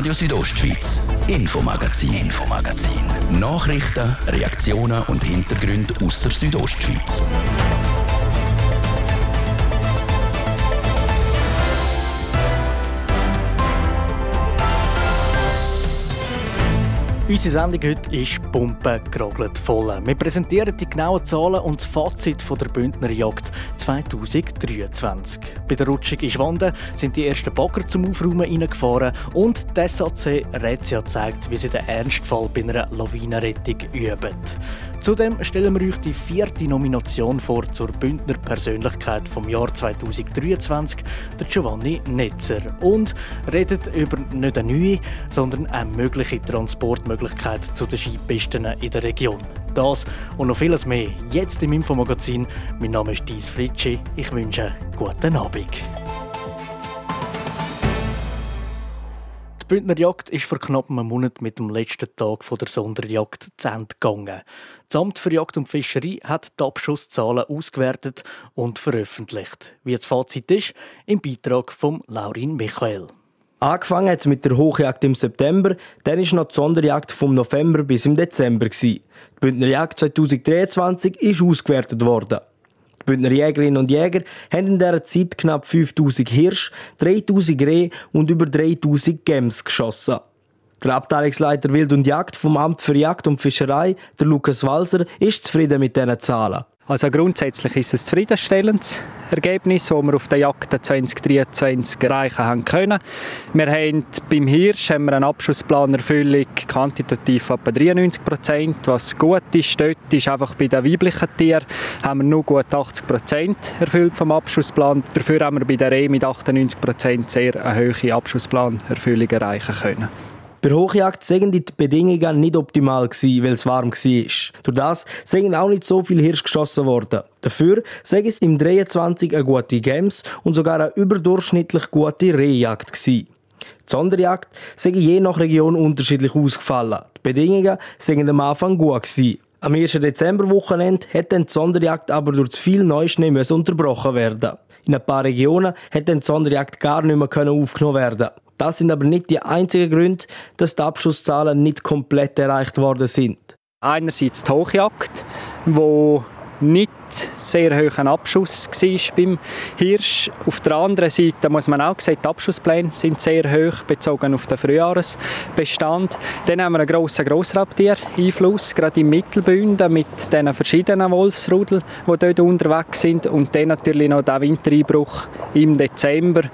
Radio Südostschweiz, Infomagazin. Nachrichten, Reaktionen und Hintergründe aus der Südostschweiz. Unsere Sendung heute ist Pumpe gerogelt voll. Wir präsentieren die genauen Zahlen und das Fazit von der Bündner Jagd 2023. Bei der Rutschung in Schwanden sind die ersten Bagger zum Aufräumen reingefahren und die SAC Rätia zeigt, wie sie den Ernstfall bei einer Lawinenrettung üben. Zudem stellen wir euch die 4. Nomination vor zur Bündner Persönlichkeit vom Jahr 2023, der Giovanni Netzer. Und reden über nicht eine neue, sondern eine mögliche Transportmöglichkeit zu den Skipisten in der Region. Das und noch vieles mehr jetzt im Infomagazin. Mein Name ist Dies Fritschi. Ich wünsche einen guten Abend. Die Bündner Jagd ist vor knapp einem Monat mit dem letzten Tag der Sonderjagd zu Ende gegangen. Das Amt für Jagd und Fischerei hat die Abschusszahlen ausgewertet und veröffentlicht. Wie das Fazit ist, im Beitrag von Laurin Michael. Angefangen hat es mit der Hochjagd im September, dann war noch die Sonderjagd vom November bis im Dezember. Die Bündner Jagd 2023 ist ausgewertet worden. Die Bündner Jägerinnen und Jäger haben in dieser Zeit knapp 5000 Hirsche, 3000 Rehe und über 3000 Gämse geschossen. Der Abteilungsleiter Wild und Jagd vom Amt für Jagd und Fischerei, der Lukas Walser, ist zufrieden mit diesen Zahlen. Also grundsätzlich ist es ein zufriedenstellendes Ergebnis, das wir auf der Jagd 2023 erreichen können. Wir haben beim Hirsch eine Abschussplanerfüllung quantitativ etwa 93%, was gut ist. Dort ist einfach bei den weiblichen Tieren haben wir nur gut 80% erfüllt vom Abschussplan. Dafür haben wir bei den Rehen mit 98% sehr eine hohe Abschussplanerfüllung erreichen können. Bei der Hochjagd waren die Bedingungen nicht optimal, weil es warm war. Durch das sind auch nicht so viele Hirsche geschossen worden. Dafür sei es im 23 eine gute Gäms und sogar eine überdurchschnittlich gute Rehjagd gewesen. Die Sonderjagd sei je nach Region unterschiedlich ausgefallen. Die Bedingungen seien am Anfang gut gewesen. Am 1. Dezemberwochenende hätte die Sonderjagd aber durch zu viel Neuschnee unterbrochen werden. In ein paar Regionen hätte die Sonderjagd gar nicht mehr aufgenommen werden. Das sind aber nicht die einzigen Gründe, dass die Abschusszahlen nicht komplett erreicht worden sind. Einerseits die Hochjagd, wo nicht sehr hohen Abschuss war beim Hirsch. Auf der anderen Seite muss man auch sehen, die Abschusspläne sind sehr hoch, bezogen auf den Frühjahresbestand. Dann haben wir einen grossen Grossraubtier-Einfluss, gerade im Mittelbünden mit den verschiedenen Wolfsrudel, die dort unterwegs sind. Und dann natürlich noch der Wintereinbruch im Dezember,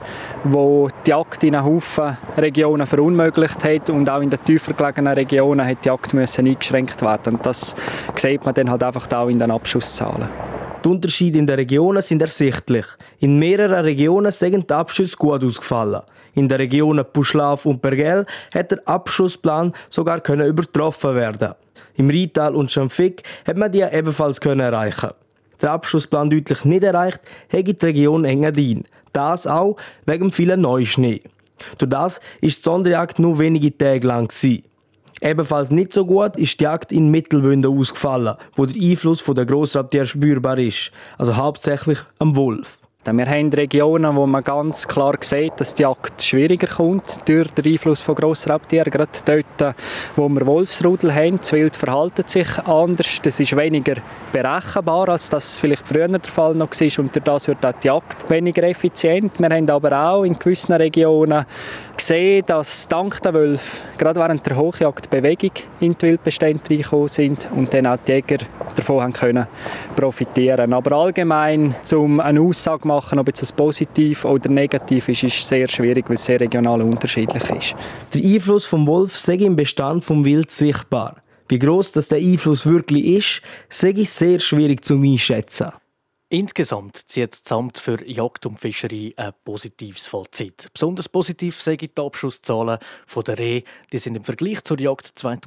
wo die Jagd in einen Haufen Regionen verunmöglicht hat und auch in den tiefer gelegenen Regionen hat die Jagd eingeschränkt werden. Und das sieht man dann halt einfach auch in den Abschusszahlen. Die Unterschiede in den Regionen sind ersichtlich. In mehreren Regionen sind die Abschüsse gut ausgefallen. In den Regionen Puschlav und Bergell hat der Abschussplan sogar übertroffen werden. Im Rheintal und Schanfigg hat man die ebenfalls erreichen. Der Abschussplan deutlich nicht erreicht, hat die Region Engadin. Das auch wegen vielen Neuschnee. Durch das ist die Sonderjagd nur wenige Tage lang gewesen. Ebenfalls nicht so gut ist die Jagd in Mittelbünden ausgefallen, wo der Einfluss der Grossraubtiere spürbar ist, also hauptsächlich am Wolf. Wir haben Regionen, wo man ganz klar sieht, dass die Jagd schwieriger kommt durch den Einfluss von Grossraubtieren. Gerade dort, wo wir Wolfsrudel haben, das Wild verhält sich anders. Das ist weniger berechenbar, als das vielleicht früher der Fall noch war. Und durch das wird auch die Jagd weniger effizient. Wir haben aber auch in gewissen Regionen gesehen, dass dank der Wölfe gerade während der Hochjagd Bewegung in die Wildbestände reingekommen sind und dann auch die Jäger davon haben können profitieren. Aber allgemein, um eine Aussage zu machen, ob jetzt das positiv oder negativ ist sehr schwierig, weil es sehr regional unterschiedlich ist. Der Einfluss vom Wolf sei im Bestand vom Wild sichtbar. Wie gross der Einfluss wirklich ist, sei sehr schwierig zu einschätzen. Insgesamt zieht das Amt für Jagd und Fischerei ein positives Fazit. Besonders positiv sind die Abschusszahlen der Rehe. Die sind im Vergleich zur Jagd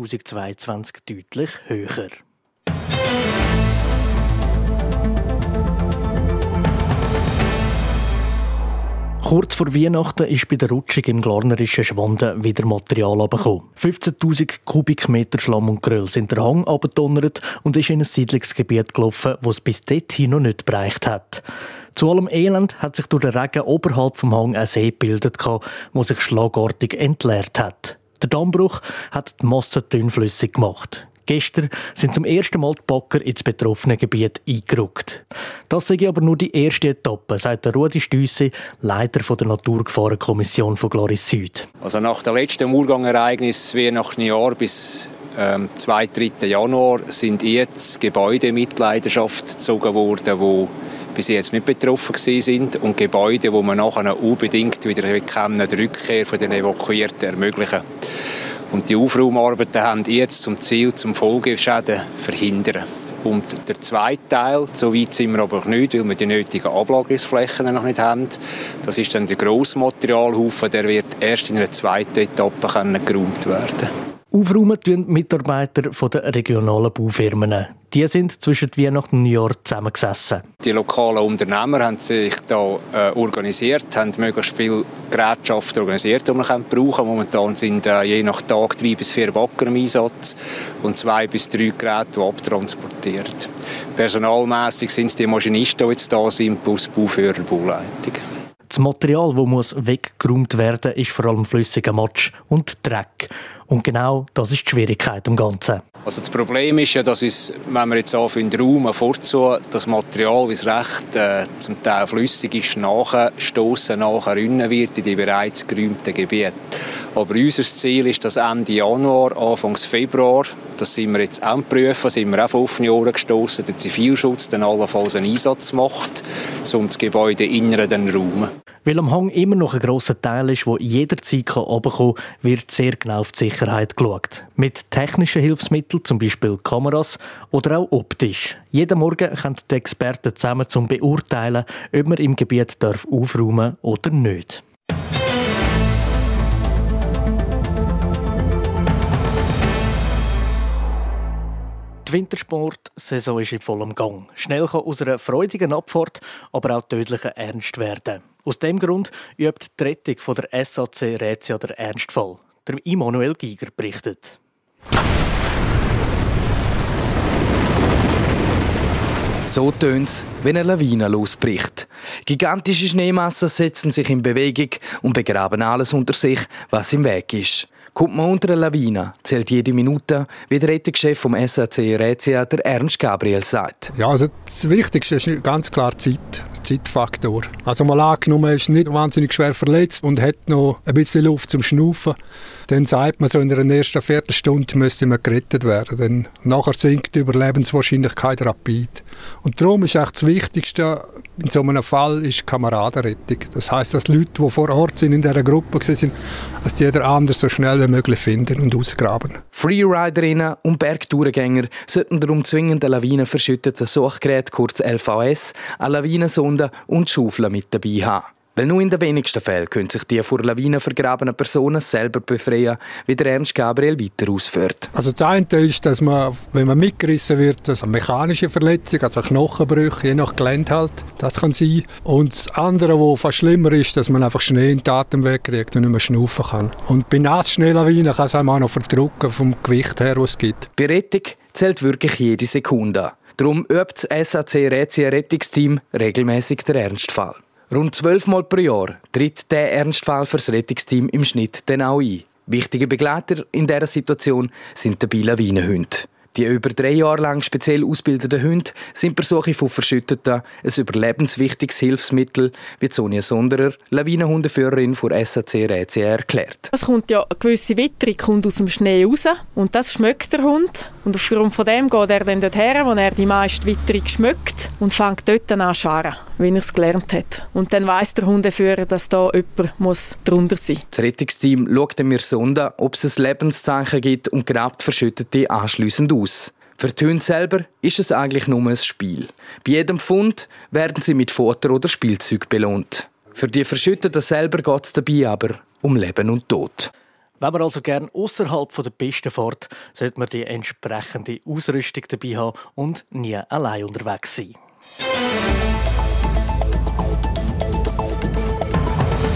2022 deutlich höher. Kurz vor Weihnachten ist bei der Rutschung im glarnerischen Schwanden wieder Material runtergekommen. 15'000 Kubikmeter Schlamm und Geröll sind der Hang runtergedonnert und ist in ein Siedlungsgebiet gelaufen, das es bis dorthin noch nicht bereicht hat. Zu allem Elend hat sich durch den Regen oberhalb vom Hang ein See gebildet, der sich schlagartig entleert hat. Der Dammbruch hat die Masse dünnflüssig gemacht. Gestern sind zum ersten Mal die Bagger ins betroffene Gebiet eingerückt. Das sei aber nur die erste Etappe, sagt der Rudi Stüssi, Leiter der Naturgefahrenkommission von Glaris Süd. Also nach dem letzten Murgang-Ereignis wie nach Neujahr bis 2. 3. Januar sind jetzt Gebäude in Mitleidenschaft gezogen worden, die bis jetzt nicht betroffen sind und Gebäude, wo man nachher unbedingt wieder die Rückkehr von den Evakuierten ermöglichen. Und die Aufraumarbeiten haben jetzt zum Ziel, zum Folgeschäden verhindern. Und der zweite Teil, so weit sind wir aber noch nicht, weil wir die nötigen Ablageflächen noch nicht haben. Das ist dann der grosse Materialhaufen, der wird erst in einer zweiten Etappe geräumt werden. Aufräumen tun Mitarbeiter der regionalen Baufirmen. Die sind zwischen Weihnachten und Neujahr zusammengesessen. Die lokalen Unternehmer haben sich da organisiert, haben möglichst viele Gerätschaften organisiert, die man brauchen kann. Momentan sind je nach Tag 3 bis 4 Bagger im Einsatz und 2 bis 3 Geräte, die abtransportieren. Personalmässig sind es die Maschinisten, die jetzt da sind, plus Bauführer, Bauleitung. Das Material, das weggeräumt werden muss, ist vor allem flüssiger Matsch und Dreck. Und genau das ist die Schwierigkeit am Ganzen. Also das Problem ist ja, dass uns, wenn wir jetzt anfangen, Raum vorzu, das Material, wie es recht zum Teil flüssig ist, nachstossen, nachrinnen wird in die bereits geräumten Gebiete. Aber unser Ziel ist, dass Ende Januar, Anfang Februar, das sind wir jetzt auch prüfen, sind wir auch auf offene Ohren gestossen, der Zivilschutz dann allenfalls einen Einsatz macht, um das Gebäude inneren zu räumen. Weil am Hang immer noch ein grosser Teil ist, der jederzeit runterkommen kann, wird sehr genau auf die Sicherheit geschaut. Mit technischen Hilfsmitteln, zum Beispiel Kameras, oder auch optisch. Jeden Morgen kommen die Experten zusammen, um zu beurteilen, ob man im Gebiet aufräumen darf oder nicht. Die Wintersport-Saison ist in vollem Gang. Schnell kann aus einer freudigen Abfahrt aber auch tödlicher Ernst werden. Aus diesem Grund übt die Rettung von der SAC Rätia der Ernstfall. Der Immanuel Giger berichtet. So tönt es, wenn eine Lawine losbricht. Gigantische Schneemassen setzen sich in Bewegung und begraben alles unter sich, was im Weg ist. Kommt man unter eine Lawine, zählt jede Minute, wie der Rettungschef vom SAC Rätia, der Ernst Gabriel, sagt. Ja, also das Wichtigste ist ganz klar Zeit, der Zeitfaktor. Also mal angenommen, man ist nicht wahnsinnig schwer verletzt und hat noch ein bisschen Luft zum Schnaufen, dann sagt man, so in der ersten Viertelstunde müsste man gerettet werden. Dann nachher sinkt die Überlebenswahrscheinlichkeit rapid. Und darum ist eigentlich das Wichtigste in so einem Fall ist Kameradenrettung. Das heisst, dass Leute, die vor Ort sind, in dieser Gruppe waren, dass die jeder andere so schnell wie möglich finden und ausgraben. Freeriderinnen und Bergtourgänger sollten darum zwingend ein lawinenverschüttetes Suchgerät, kurz LVS, eine Lawinensonde und Schaufeln mit dabei haben. Weil nur in den wenigsten Fällen können sich die vor Lawinen vergrabenen Personen selber befreien, wie der Ernst Gabriel weiter ausführt. Also das eine ist, dass man, wenn man mitgerissen wird, dass eine mechanische Verletzung, also Knochenbrüche, je nach Gelände halt, das kann sein. Und das andere, was fast schlimmer ist, dass man einfach Schnee in den Atemweg kriegt und nicht mehr schnaufen kann. Und bei Nassschneelawinen kann es einem auch noch verdrücken vom Gewicht her, das es gibt. Bei Rettung zählt wirklich jede Sekunde. Darum übt das SAC Rätia Rettungsteam regelmäßig den Ernstfall. Rund 12 Mal pro Jahr tritt der Ernstfall für das Rettungsteam im Schnitt dann auch ein. Wichtige Begleiter in dieser Situation sind die Lawinenhunde. Die über 3 Jahre lang speziell ausgebildeten Hunde sind bei Suche von Verschütteten ein überlebenswichtiges Hilfsmittel, wie Sonja Sonderer, Lawinenhundeführerin der SAC Rätia, erklärt. Es kommt ja eine gewisse Witterung kommt aus dem Schnee raus und das schmeckt der Hund. Und aufgrund von dem geht er dann dorthin, wo er die meiste Witterung schmeckt und fängt dort an zu scharen, wie er es gelernt hat. Und dann weiss der Hundeführer, dass da jemand drunter sein muss. Das Rettungsteam schaut mir Sonden, ob es ein Lebenszeichen gibt und grabt Verschüttete anschliessend aus. Für die Hunde selber ist es eigentlich nur ein Spiel. Bei jedem Fund werden sie mit Futter oder Spielzeug belohnt. Für die Verschütteten selber geht es dabei aber um Leben und Tod. Wenn man also gerne außerhalb der Piste fährt, sollte man die entsprechende Ausrüstung dabei haben und nie allein unterwegs sein.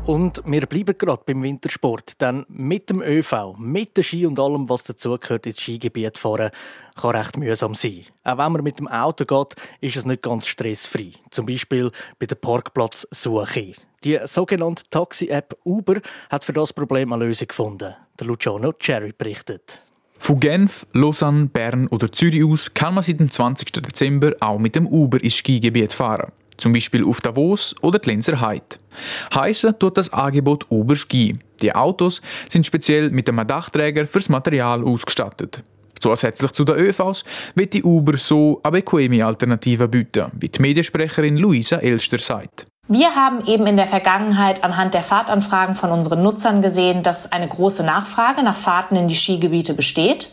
Und wir bleiben gerade beim Wintersport, denn mit dem ÖV, mit dem Ski und allem, was dazugehört, ins Skigebiet fahren, kann recht mühsam sein. Auch wenn man mit dem Auto geht, ist es nicht ganz stressfrei. Zum Beispiel bei der Parkplatzsuche. Die sogenannte Taxi-App Uber hat für das Problem eine Lösung gefunden. Der Luciano Cherry berichtet. Von Genf, Lausanne, Bern oder Zürich aus kann man seit dem 20. Dezember auch mit dem Uber ins Skigebiet fahren. Zum Beispiel auf Davos oder die Lenzer Heide. Heissen tut das Angebot Uber Ski. Die Autos sind speziell mit einem Dachträger fürs Material ausgestattet. Zusätzlich zu den ÖVs wird die Uber so eine bequeme Alternative bieten, wie die Mediensprecherin Luisa Elster sagt. Wir haben eben in der Vergangenheit anhand der Fahrtanfragen von unseren Nutzern gesehen, dass eine große Nachfrage nach Fahrten in die Skigebiete besteht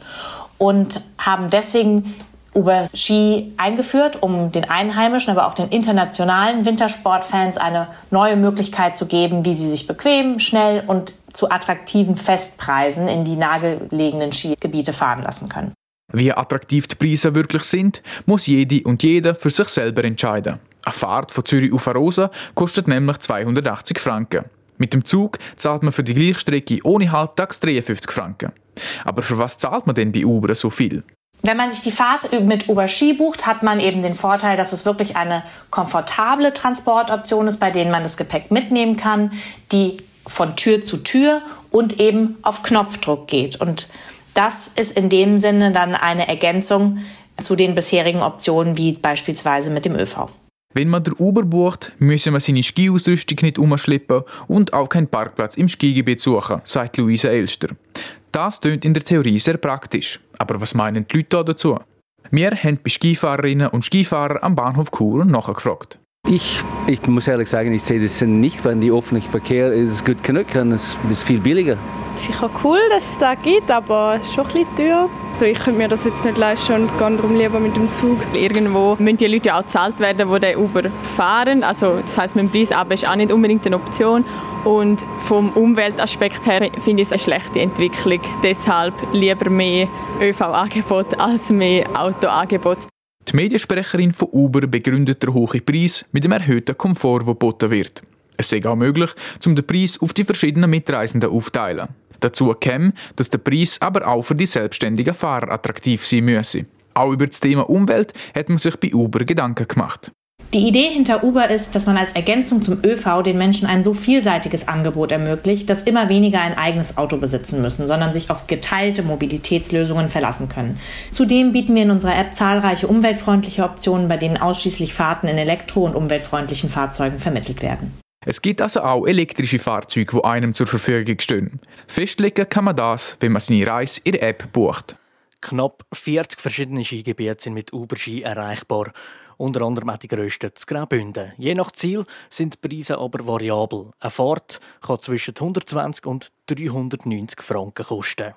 und haben deswegen Uber Ski eingeführt, um den einheimischen, aber auch den internationalen Wintersportfans eine neue Möglichkeit zu geben, wie sie sich bequem, schnell und zu attraktiven Festpreisen in die nahegelegenen Skigebiete fahren lassen können. Wie attraktiv die Preise wirklich sind, muss jede und jeder für sich selber entscheiden. Eine Fahrt von Zürich auf Arosa kostet nämlich 280 Franken. Mit dem Zug zahlt man für die gleiche Strecke ohne Halbtags 53 Franken. Aber für was zahlt man denn bei Uber so viel? Wenn man sich die Fahrt mit Uber Ski bucht, hat man eben den Vorteil, dass es wirklich eine komfortable Transportoption ist, bei der man das Gepäck mitnehmen kann, die von Tür zu Tür und eben auf Knopfdruck geht. Und das ist in dem Sinne dann eine Ergänzung zu den bisherigen Optionen, wie beispielsweise mit dem ÖV. Wenn man den Uber bucht, müsse man seine Skiausrüstung nicht umschleppen und auch keinen Parkplatz im Skigebiet suchen, sagt Luisa Elster. Das klingt in der Theorie sehr praktisch. Aber was meinen die Leute dazu? Wir haben bei Skifahrerinnen und Skifahrern am Bahnhof Chur nachgefragt. Ich muss ehrlich sagen, ich sehe das nicht, weil der öffentliche Verkehr ist gut genug und es ist viel billiger. Sicher cool, dass es das gibt, aber es ist schon ein bisschen teuer. Ich könnte mir das jetzt nicht leisten und gehe darum lieber mit dem Zug. Irgendwo müssen die Leute auch bezahlt werden, die den Uber fahren. Also, das heisst, mit dem Preis aber ist auch nicht unbedingt eine Option. Und vom Umweltaspekt her finde ich es eine schlechte Entwicklung. Deshalb lieber mehr ÖV-Angebot als mehr Autoangebot. Die Mediensprecherin von Uber begründet den hohen Preis mit dem erhöhten Komfort, der geboten wird. Es sei auch möglich, um den Preis auf die verschiedenen Mitreisenden aufzuteilen. Dazu käme, dass der Preis aber auch für die selbstständigen Fahrer attraktiv sein müsse. Auch über das Thema Umwelt hat man sich bei Uber Gedanken gemacht. Die Idee hinter Uber ist, dass man als Ergänzung zum ÖV den Menschen ein so vielseitiges Angebot ermöglicht, dass immer weniger ein eigenes Auto besitzen müssen, sondern sich auf geteilte Mobilitätslösungen verlassen können. Zudem bieten wir in unserer App zahlreiche umweltfreundliche Optionen, bei denen ausschließlich Fahrten in elektro- und umweltfreundlichen Fahrzeugen vermittelt werden. Es gibt also auch elektrische Fahrzeuge, die einem zur Verfügung stehen. Festlegen kann man das, wenn man seine Reise in der App bucht. Knapp 40 verschiedene Skigebiete sind mit Uber-Ski erreichbar. Unter anderem auch die grössten zu Graubünden. Je nach Ziel sind die Preise aber variabel. Eine Fahrt kann zwischen 120 und 390 Franken kosten.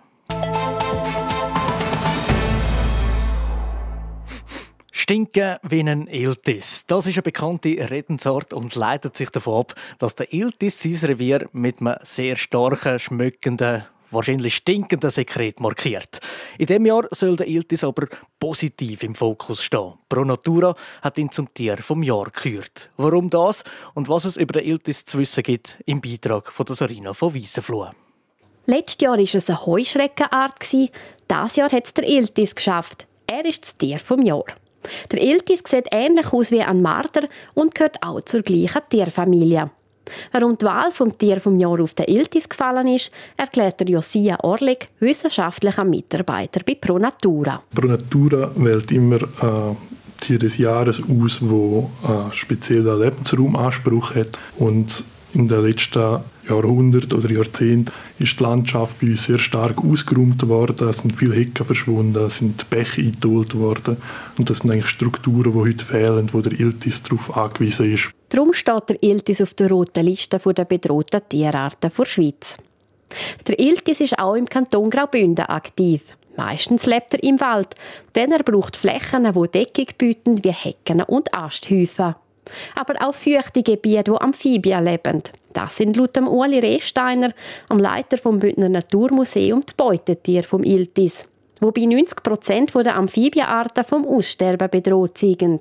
Stinken wie ein Iltis. Das ist eine bekannte Redensart und leitet sich davon ab, dass der Iltis sein Revier mit einem sehr starken, schmückenden, wahrscheinlich stinkenden Sekret markiert. In diesem Jahr soll der Iltis aber positiv im Fokus stehen. Pro Natura hat ihn zum Tier vom Jahr gekürt. Warum das und was es über den Iltis zu wissen gibt, im Beitrag von der Sarina von Weissenfluh. Letztes Jahr war es eine Heuschreckenart. Dieses Jahr hat es der Iltis geschafft. Er ist das Tier vom Jahr. Der Iltis sieht ähnlich aus wie ein Marder und gehört auch zur gleichen Tierfamilie. Warum die Wahl vom Tier vom Jahr auf den Iltis gefallen ist, erklärt der Josia Orlik, wissenschaftlicher Mitarbeiter bei Pro Natura. Pro Natura wählt immer ein Tier des Jahres aus, das einen speziellen Lebensraumanspruch hat. Und in den letzten Jahrhunderten oder Jahrzehnten ist die Landschaft bei uns sehr stark ausgeräumt worden. Es sind viele Hecken verschwunden, es sind Bäche eingeholt worden. Und das sind eigentlich Strukturen, die heute fehlen, wo der Iltis darauf angewiesen ist. Darum steht der Iltis auf der roten Liste der bedrohten Tierarten der Schweiz. Der Iltis ist auch im Kanton Graubünden aktiv. Meistens lebt er im Wald, denn er braucht Flächen, die Deckung bieten, wie Hecken und Asthäufen. Aber auch feuchte Gebiete, wo Amphibien leben. Das sind laut Uli Rehsteiner, am Leiter vom Bündner Naturmuseum, die Beutetiere vom Iltis. Wobei 90% der Amphibienarten vom Aussterben bedroht sind.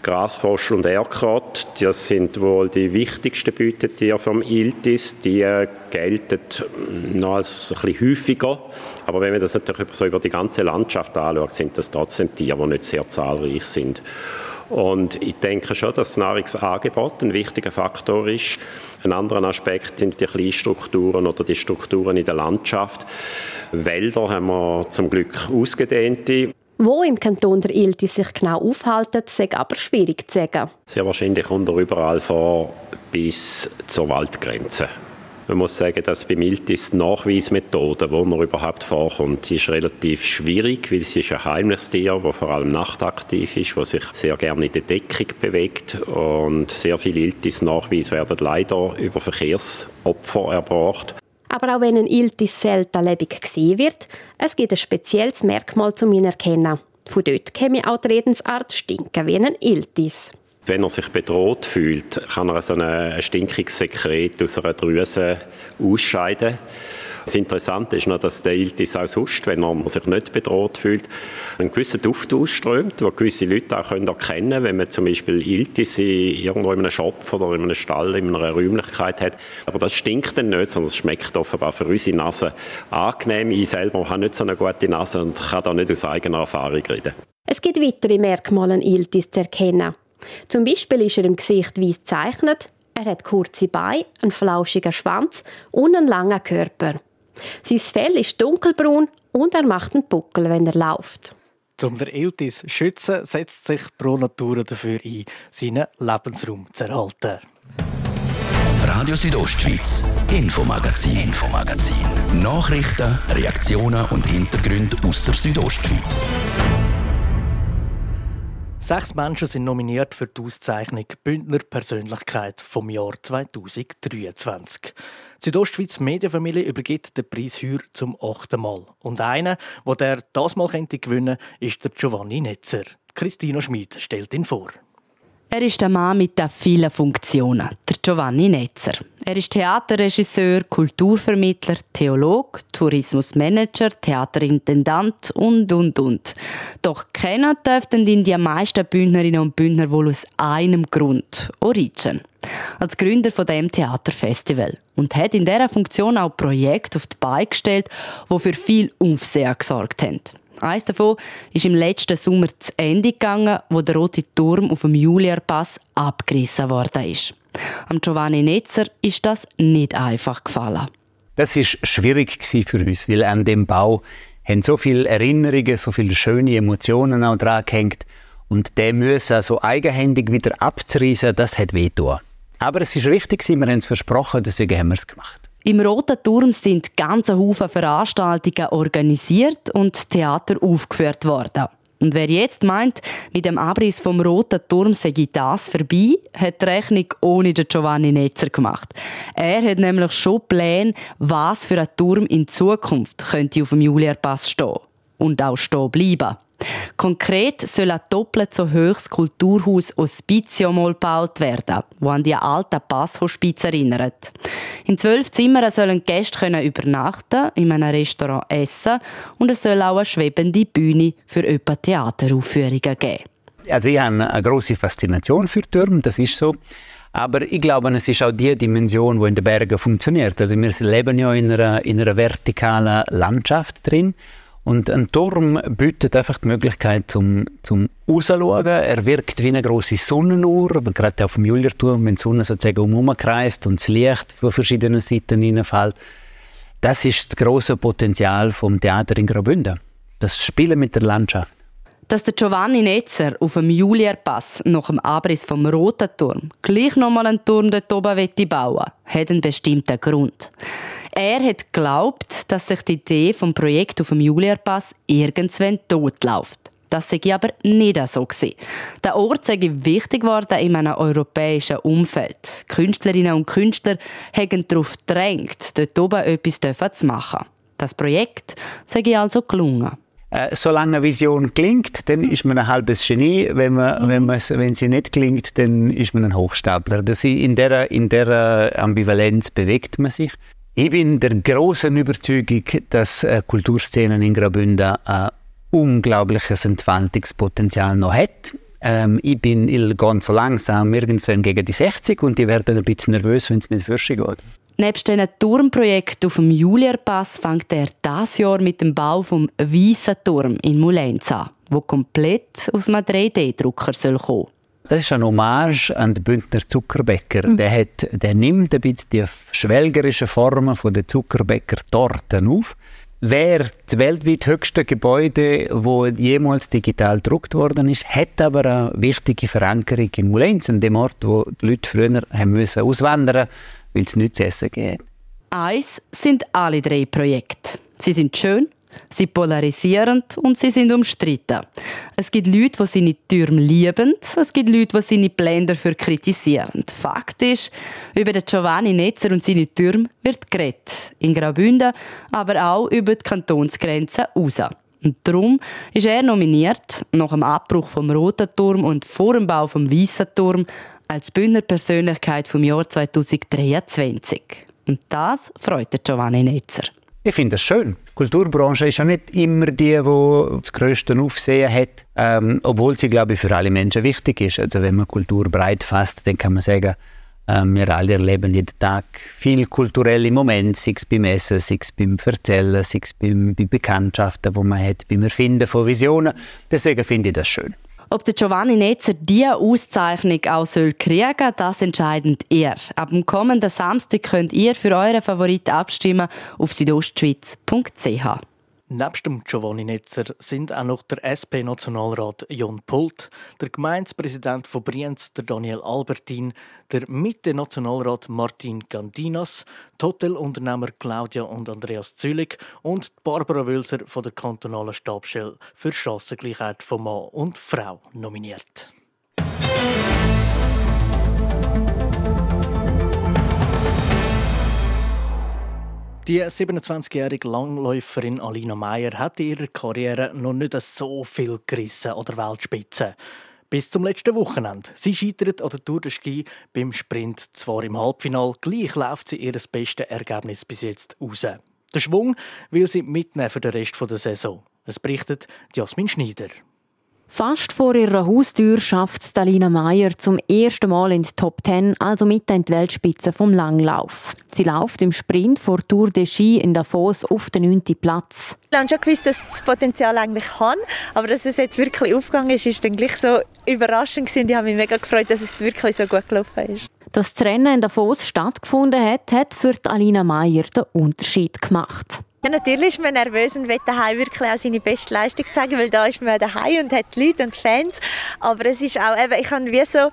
Grasfrosch und Erkrott, das sind wohl die wichtigsten Beutetiere vom Iltis. Die gelten noch als ein bisschen häufiger. Aber wenn man das natürlich über die ganze Landschaft anschaut, sind das trotzdem Tiere, die nicht sehr zahlreich sind. Und ich denke schon, dass das Nahrungsangebot ein wichtiger Faktor ist. Ein anderer Aspekt sind die Kleinstrukturen oder die Strukturen in der Landschaft. Wälder haben wir zum Glück ausgedehnte. Wo im Kanton der Iltis sich genau aufhalten, sei aber schwierig zu sagen. Sehr wahrscheinlich kommt er überall vor bis zur Waldgrenze. Man muss sagen, dass beim Iltis die Nachweismethode, wo er überhaupt vorkommt, ist relativ schwierig, weil es ist ein heimliches Tier, das vor allem nachtaktiv ist, das sich sehr gerne in der Deckung bewegt. Und sehr viele Iltis-Nachweise werden leider über Verkehrsopfer erbracht. Aber auch wenn ein Iltis selten lebendig gesehen wird, es gibt ein spezielles Merkmal zum Erkennen. Von dort käme auch die Redensart «stinken wie ein Iltis». Wenn er sich bedroht fühlt, kann er so ein stinkiges Sekret aus einer Drüse ausscheiden. Das Interessante ist noch, dass der Iltis auch sonst, wenn er sich nicht bedroht fühlt, einen gewissen Duft ausströmt, den gewisse Leute auch erkennen können, wenn man zum Beispiel Iltis irgendwo in einem Schopf oder in einem Stall, in einer Räumlichkeit hat. Aber das stinkt dann nicht, sondern es schmeckt offenbar für unsere Nase angenehm. Ich selber habe nicht so eine gute Nase und kann da nicht aus eigener Erfahrung reden. Es gibt weitere Merkmale, einen Iltis zu erkennen. Zum Beispiel ist er im Gesicht weiss gezeichnet, er hat kurze Beine, einen flauschigen Schwanz und einen langen Körper. Sein Fell ist dunkelbraun und er macht einen Buckel, wenn er läuft. Um den Iltis zu schützen, setzt sich Pro Natura dafür ein, seinen Lebensraum zu erhalten. Radio Südostschweiz, Infomagazin. Nachrichten, Reaktionen und Hintergründe aus der Südostschweiz. 6 Menschen sind nominiert für die Auszeichnung Bündner Persönlichkeit vom Jahr 2023. Die Südostschweiz Medienfamilie übergibt den Preis heuer zum 8. Mal. Und einer, der das Mal gewinnen könnte, ist der Giovanni Netzer. Christina Schmid stellt ihn vor. Er ist der Mann mit den vielen Funktionen, der Giovanni Netzer. Er ist Theaterregisseur, Kulturvermittler, Theologe, Tourismusmanager, Theaterintendant und. Doch kennen dürften ihn die meisten Bündnerinnen und Bündner wohl aus einem Grund: Origin. Als Gründer von dem Theaterfestival. Und hat in dieser Funktion auch Projekte auf die Beine gestellt, die für viel Aufsehen gesorgt haben. Eines davon ist im letzten Sommer zu Ende gegangen, wo der Rote Turm auf dem Julierpass abgerissen worden ist. Am Giovanni Netzer ist das nicht einfach gefallen. Das war schwierig für uns, weil an dem Bau haben so viele Erinnerungen, so viele schöne Emotionen auch dran gehängt. Und den müssen so eigenhändig wieder abzureissen, das hat wehgetan. Aber es war richtig, wir haben es versprochen, deswegen haben wir es gemacht. Im Roten Turm sind ganze Haufen Veranstaltungen organisiert und Theater aufgeführt worden. Und wer jetzt meint, mit dem Abriss vom Roten Turm sei das vorbei, hat die Rechnung ohne den Giovanni Netzer gemacht. Er hat nämlich schon Pläne, was für ein Turm in Zukunft könnte auf dem Julierpass stehen. Und auch stehen bleiben. Konkret soll ein doppelt so hohes Kulturhaus Hospizio mal gebaut werden, das an die alten Passhospiz erinnert. In 12 Zimmern sollen Gäste übernachten, in einem Restaurant essen und es soll auch eine schwebende Bühne für etwa Theateraufführungen geben. Also ich habe eine grosse Faszination für Türme, das ist so. Aber ich glaube, es ist auch die Dimension, die in den Bergen funktioniert. Also wir leben ja in einer vertikalen Landschaft drin. Und ein Turm bietet einfach die Möglichkeit zum rausschauen. Er wirkt wie eine grosse Sonnenuhr, gerade auf dem Julierturm, wenn die Sonne sozusagen umkreist und das Licht von verschiedenen Seiten hineinfällt. Das ist das grosse Potenzial vom Theater in Graubünden. Das Spielen mit der Landschaft. Dass der Giovanni Netzer auf dem Julierpass nach dem Abriss vom Roten Turm gleich nochmal einen Turm dort oben bauen will, hat einen bestimmten Grund. Er hat geglaubt, dass sich die Idee vom Projekt auf dem Julierpass irgendwann totläuft. Das sei aber nicht so gewesen. Der Ort sei wichtig geworden in einem europäischen Umfeld. Künstlerinnen und Künstler haben darauf gedrängt, dort oben etwas zu machen. Das Projekt sei also gelungen. Solange eine Vision gelingt, dann ist man ein halbes Genie. Wenn sie nicht gelingt, dann ist man ein Hochstapler. In dieser Ambivalenz bewegt man sich. Ich bin der grossen Überzeugung, dass Kulturszenen in Graubünden ein unglaubliches Entfaltungspotenzial noch hat. Ich bin ganz so langsam irgendwann gegen die 60 und die werden ein bisschen nervös, wenn es nicht fürschen geht. Nebst diesen Turmprojekt auf dem Julierpass fängt er dieses Jahr mit dem Bau vom Weissen Turm in Mulenz an, der komplett aus einem 3D-Drucker kommen soll. Das ist eine Hommage an den Bündner Zuckerbäcker. Der nimmt ein bisschen die schwelgerischen Formen der Zuckerbäcker-Torten auf. Wäre das weltweit höchste Gebäude, das jemals digital gedruckt worden ist, hat aber eine wichtige Verankerung in Mulenz, an dem Ort, wo die Leute früher auswandern mussten, weil es nichts zu essen gibt. Eins sind alle 3 Projekte. Sie sind schön, sie polarisieren und sie sind umstritten. Es gibt Leute, die seine Türme lieben, es gibt Leute, die seine Pläne dafür kritisieren. Fakt ist, über den Giovanni Netzer und seine Türme wird geredet. In Graubünden, aber auch über die Kantonsgrenzen raus. Und darum ist er nominiert, nach dem Abbruch vom Roten Turm und vor dem Bau vom Weissen Turm, als Bündner Persönlichkeit vom Jahr 2023. Und das freut Giovanni Netzer. Ich finde das schön. Die Kulturbranche ist ja nicht immer die das grösste Aufsehen hat, obwohl sie, glaube ich, für alle Menschen wichtig ist. Also wenn man Kultur breit fasst, dann kann man sagen, wir alle erleben jeden Tag viele kulturelle Momente, sei es beim Essen, sei es beim Erzählen, sei es bei Bekanntschaften, die man hat, beim Erfinden von Visionen. Deswegen finde ich das schön. Ob der Giovanni Netzer diese Auszeichnung auch kriegen soll, das entscheidet ihr. Ab dem kommenden Samstag könnt ihr für euren Favoriten abstimmen auf südostschweiz.ch. Nebst dem Giovanni Netzer sind auch noch der SP-Nationalrat Jon Pult, der Gemeindepräsident von Brienz, der Daniel Albertin, der Mitte-Nationalrat Martin Gandinas, die Hotelunternehmer Claudia und Andreas Zülig und Barbara Wülser von der kantonalen Stabsstelle für Chancengleichheit von Mann und Frau nominiert. Die 27-jährige Langläuferin Alina Meyer hat in ihrer Karriere noch nicht so viel gerissen an der Weltspitze. Bis zum letzten Wochenende. Sie scheitert an der Tour de Ski beim Sprint zwar im Halbfinale, gleich läuft sie ihr bestes Ergebnis bis jetzt raus. Den Schwung will sie mitnehmen für den Rest der Saison. Es berichtet Jasmin Schneider. Fast vor ihrer Haustür schafft es Alina Meyer zum ersten Mal in die Top 10, also mit in die Weltspitze vom Langlauf. Sie läuft im Sprint vor Tour de Ski in Davos auf den 9. Platz. Ich habe schon gewusst, dass das Potenzial eigentlich kann, aber dass es jetzt wirklich aufgegangen ist, ist dann gleich so überraschend gewesen. Ich habe mich mega gefreut, dass es wirklich so gut gelaufen ist. Dass das Rennen in Davos stattgefunden hat für Alina Meyer den Unterschied gemacht. Ja, natürlich ist man nervös und will daheim wirklich auch seine beste Leistung zeigen, weil da ist man daheim und hat Leute und Fans. Aber es ist auch, ich habe wie so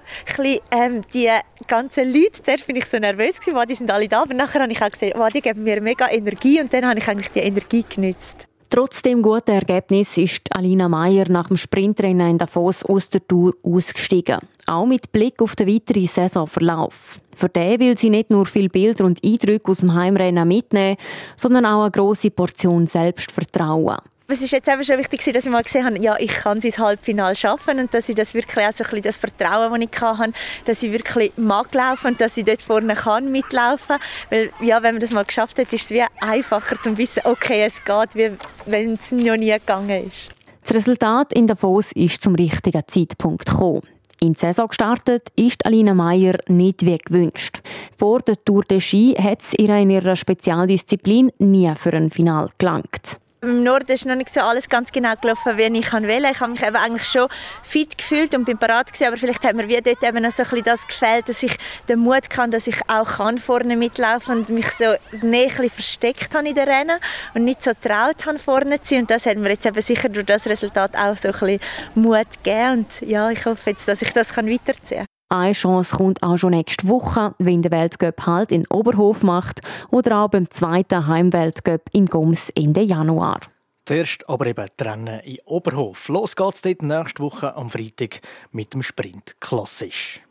die ganzen Leute, zuerst bin ich so nervös gewesen, die sind alle da, aber nachher habe ich auch gesehen, die geben mir mega Energie und dann habe ich eigentlich die Energie genutzt. Trotz dem guten Ergebnis ist Alina Meyer nach dem Sprintrennen in Davos aus der Tour ausgestiegen. Auch mit Blick auf den weiteren Saisonverlauf. Für den will sie nicht nur viele Bilder und Eindrücke aus dem Heimrennen mitnehmen, sondern auch eine grosse Portion Selbstvertrauen. Es ist jetzt eben schon wichtig, dass ich mal gesehen habe, ja, ich kann es ins Halbfinale schaffen und dass ich das wirklich auch so ein bisschen das Vertrauen, das ich hatte, dass ich wirklich mag laufen und dass ich dort vorne kann mitlaufen. Weil, ja, wenn man das mal geschafft hat, ist es wie einfacher zu wissen, okay, es geht, wie wenn es noch nie gegangen ist. Das Resultat in Davos ist zum richtigen Zeitpunkt gekommen. In die Saison gestartet ist Alina Meyer nicht wie gewünscht. Vor der Tour de Ski hat es ihr in ihrer Spezialdisziplin nie für ein Finale gelangt. Im Norden ist noch nicht so alles ganz genau gelaufen, wie ich wollte. Ich habe mich eben eigentlich schon fit gefühlt und bin bereit gewesen, aber vielleicht hat mir wie dort eben noch so ein bisschen das gefehlt, dass ich den Mut kann, dass ich auch vorne mitlaufen und mich so ein bisschen versteckt habe in den Rennen und nicht so traut habe, vorne zu sein. Und das hat mir jetzt eben sicher durch das Resultat auch so ein bisschen Mut gegeben. Und ja, ich hoffe jetzt, dass ich das weiterziehen kann. Eine Chance kommt auch schon nächste Woche, wenn der Weltcup halt in Oberhof macht oder auch beim zweiten Heimweltcup in Goms Ende Januar. Zuerst aber eben die Rennen in Oberhof. Los geht's dort nächste Woche am Freitag mit dem Sprint klassisch.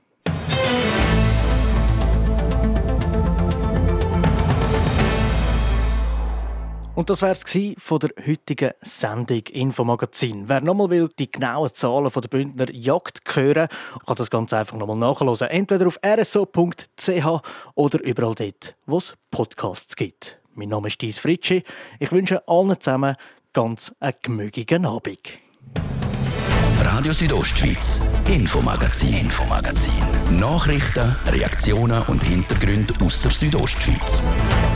Und das wär's von der heutigen Sendung Infomagazin. Wer nochmal will die genauen Zahlen von der Bündner Jagd hören, kann das ganz einfach nochmal nachhören. Entweder auf rso.ch oder überall dort, wo es Podcasts gibt. Mein Name ist Dies Fritschi. Ich wünsche allen zusammen ganz einen gemütlichen Abend. Radio Südostschweiz, Infomagazin. Nachrichten, Reaktionen und Hintergründe aus der Südostschweiz.